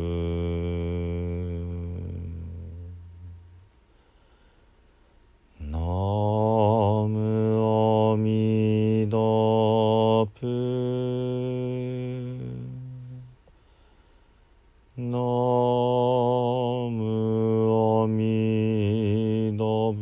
ナムアミダプナムアミダブ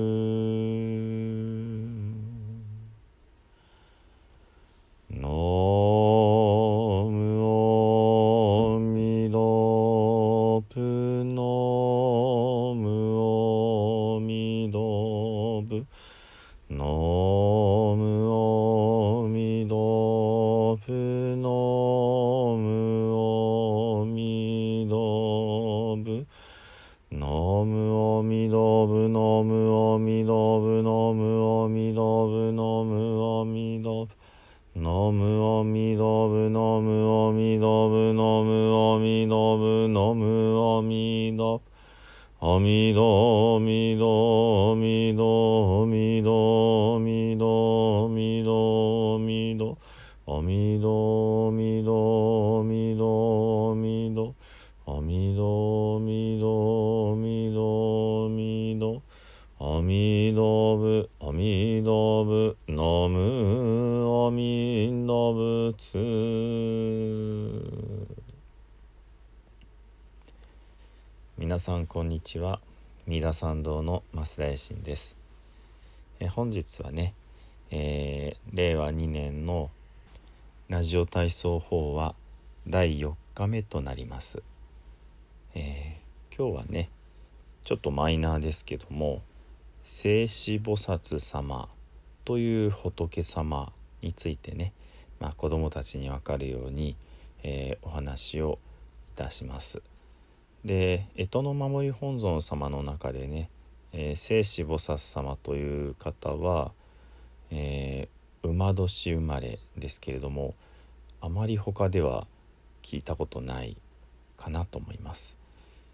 ナムアミダプナムアミダブナムアミダプナムアミダブナムアミダブナムアミダブナムアミダブナムアミダブナムアミダブナムアミダブナムアミダブナムアミダブアミダアミダアミダアミダアミダアミダアミダアミダアミダアミダアミダアミダアミダアミダアミダアミダブアミダブナムアミダブツ。皆さんこんにちは。三田参道の増田衛進です。本日はね、令和2年のラジオ体操法は第4日目となります。今日はねちょっとマイナーですけども、聖子菩薩様という仏様についてね、子どもたちに分かるように、お話をいたします。で、干支の守り本尊様の中でね、聖子菩薩様という方は、馬年生まれですけれども、あまり他では聞いたことないかなと思います。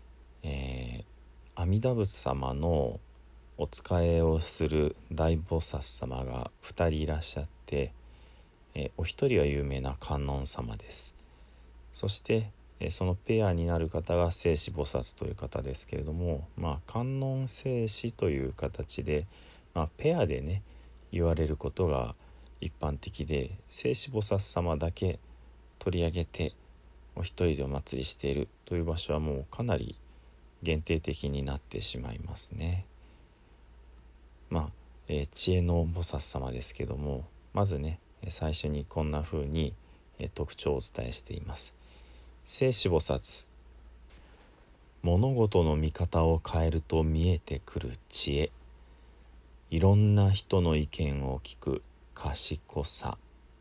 阿弥陀仏様のお仕えをする大菩薩様が2人いらっしゃって、お一人は有名な観音様です。そしてそのペアになる方が聖子菩薩という方ですけれども、観音聖子という形で、ペアでね言われることが一般的で、聖子菩薩様だけ取り上げてお一人でお祭りしているという場所はもうかなり限定的になってしまいますね。知恵の菩薩様ですけども、まずね最初にこんな風に特徴をお伝えしています。聖子菩薩、物事の見方を変えると見えてくる知恵、いろんな人の意見を聞く賢さ。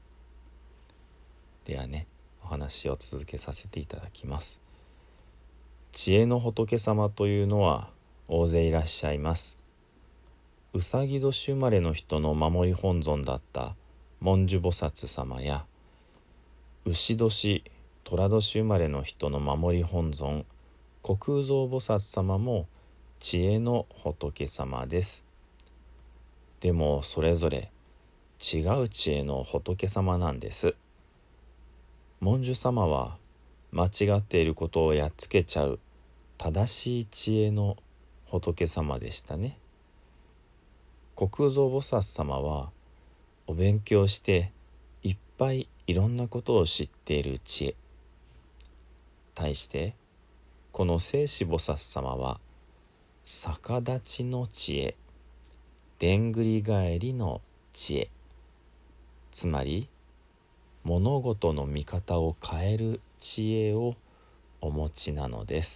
ではねお話を続けさせていただきます。知恵の仏様というのは大勢いらっしゃいます。うさぎ年生まれの人の守り本尊だった文殊菩薩様や、牛年寅年生まれの人の守り本尊虚空蔵菩薩様も知恵の仏様です。でもそれぞれ違う知恵の仏様なんです。文殊様は間違っていることをやっつけちゃう正しい知恵の仏様でしたね。虚空蔵菩薩様はお勉強していっぱいいろんなことを知っている知恵。対してこの聖子菩薩様は逆立ちの知恵、でんぐり返りの知恵、つまり物事の見方を変える知恵をお持ちなのです。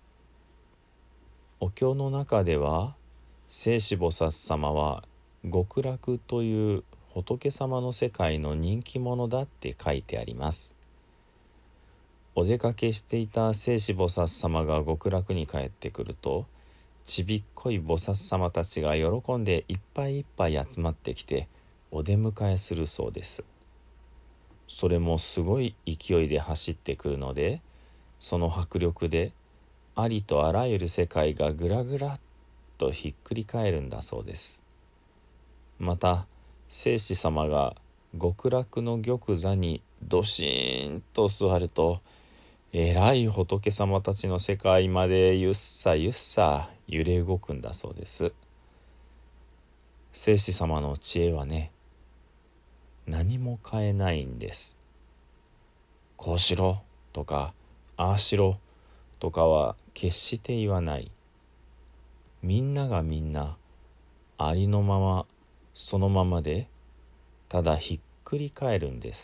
お経の中では聖子菩薩様は極楽という仏様の世界の人気者だって書いてあります。お出かけしていた聖子菩薩様が極楽に帰ってくると、ちびっこい菩薩様たちが喜んでいっぱいいっぱい集まってきてお出迎えするそうです。それもすごい勢いで走ってくるので、その迫力でありとあらゆる世界がぐらぐらっとひっくり返るんだそうです。また聖子様が極楽の玉座にドシーンと座ると、 偉い仏様たちの世界までゆっさゆっさ揺れ動くんだそうです。聖子様の知恵はね、何も変えないんです。こうしろとかああしろとかは決して言わない。みんながみんなありのままそのままで、ただひっくり返るんです。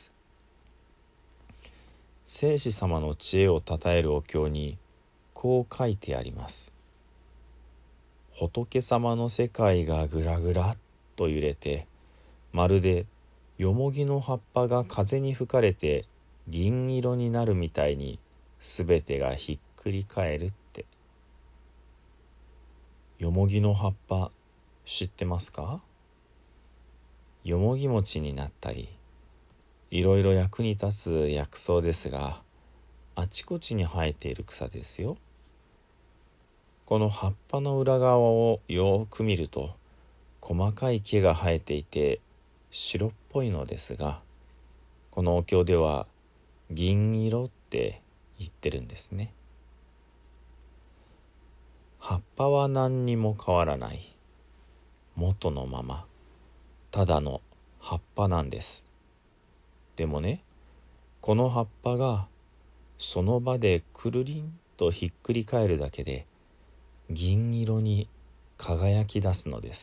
聖子様の知恵をたたえるお経にこう書いてあります。仏様の世界がぐらぐらっと揺れて、まるでよもぎの葉っぱが風に吹かれて銀色になるみたいに、すべてがひっくり返るって。よもぎの葉っぱ知ってますか？よもぎ餅になったり、いろいろ役に立つ薬草ですが、あちこちに生えている草ですよ。この葉っぱの裏側をよく見ると、細かい毛が生えていて白っぽいのですが、このお経では銀色って言ってるんですね。葉っぱは何にも変わらない、元のまま、ただの葉っぱなんです。でもね、この葉っぱがその場でくるりんとひっくり返るだけで銀色に輝き出すのです。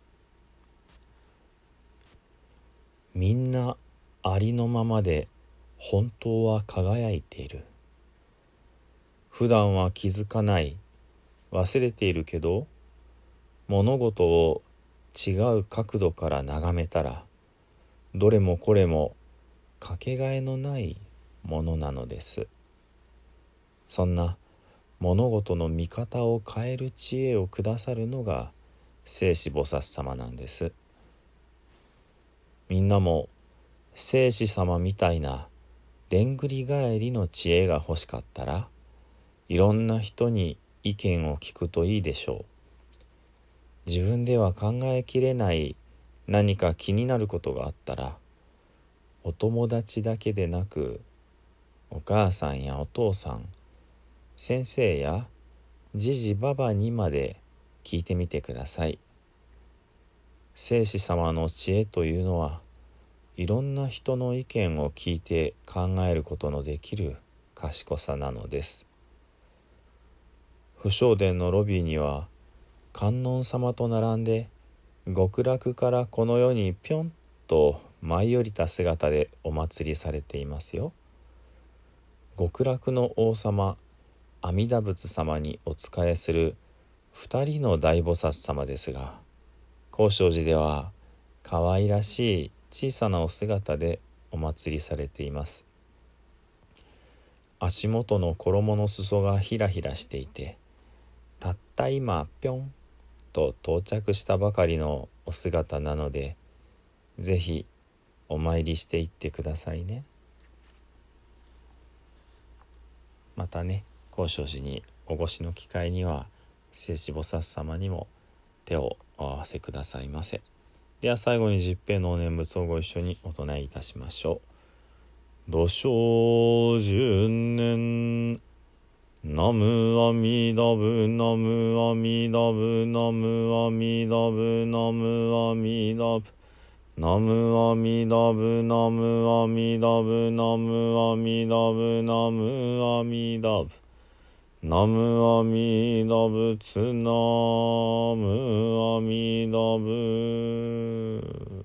みんなありのままで本当は輝いている。普段は気づかない、忘れているけど、物事を違う角度から眺めたら、どれもこれもかけがえのないものなのです。そんな物事の見方を変える知恵をくださるのが聖子菩薩様なんです。みんなも聖子様みたいなでんぐり返りの知恵が欲しかったら、いろんな人に意見を聞くといいでしょう。自分では考えきれない何か気になることがあったら、お友達だけでなく、お母さんやお父さん、先生やじじばばにまで聞いてみてください。聖子様の知恵というのは、いろんな人の意見を聞いて考えることのできる賢さなのです。不祥殿のロビーには観音様と並んで、極楽からこの世にぴょんと舞い降りた姿でお祭りされていますよ。極楽の王様阿弥陀仏様にお仕えする2人の大菩薩様ですが、高尚寺では可愛らしい小さなお姿でお祭りされています。足元の衣の裾がひらひらしていて、たった今ぴょんと到着したばかりのお姿なので、ぜひお参りしていってくださいね。またね、高尚寺にお越しの機会には聖子菩薩様にも手をお合わせくださいませ。では最後に十平のお念仏をご一緒にお唱えいたしましょう。土生十年ナムアミダブナムアミダブナムアミダブナムアミダブナムアミダブナムアミダブナムアミダブナムアミダブナムアミダブツナムアミダブ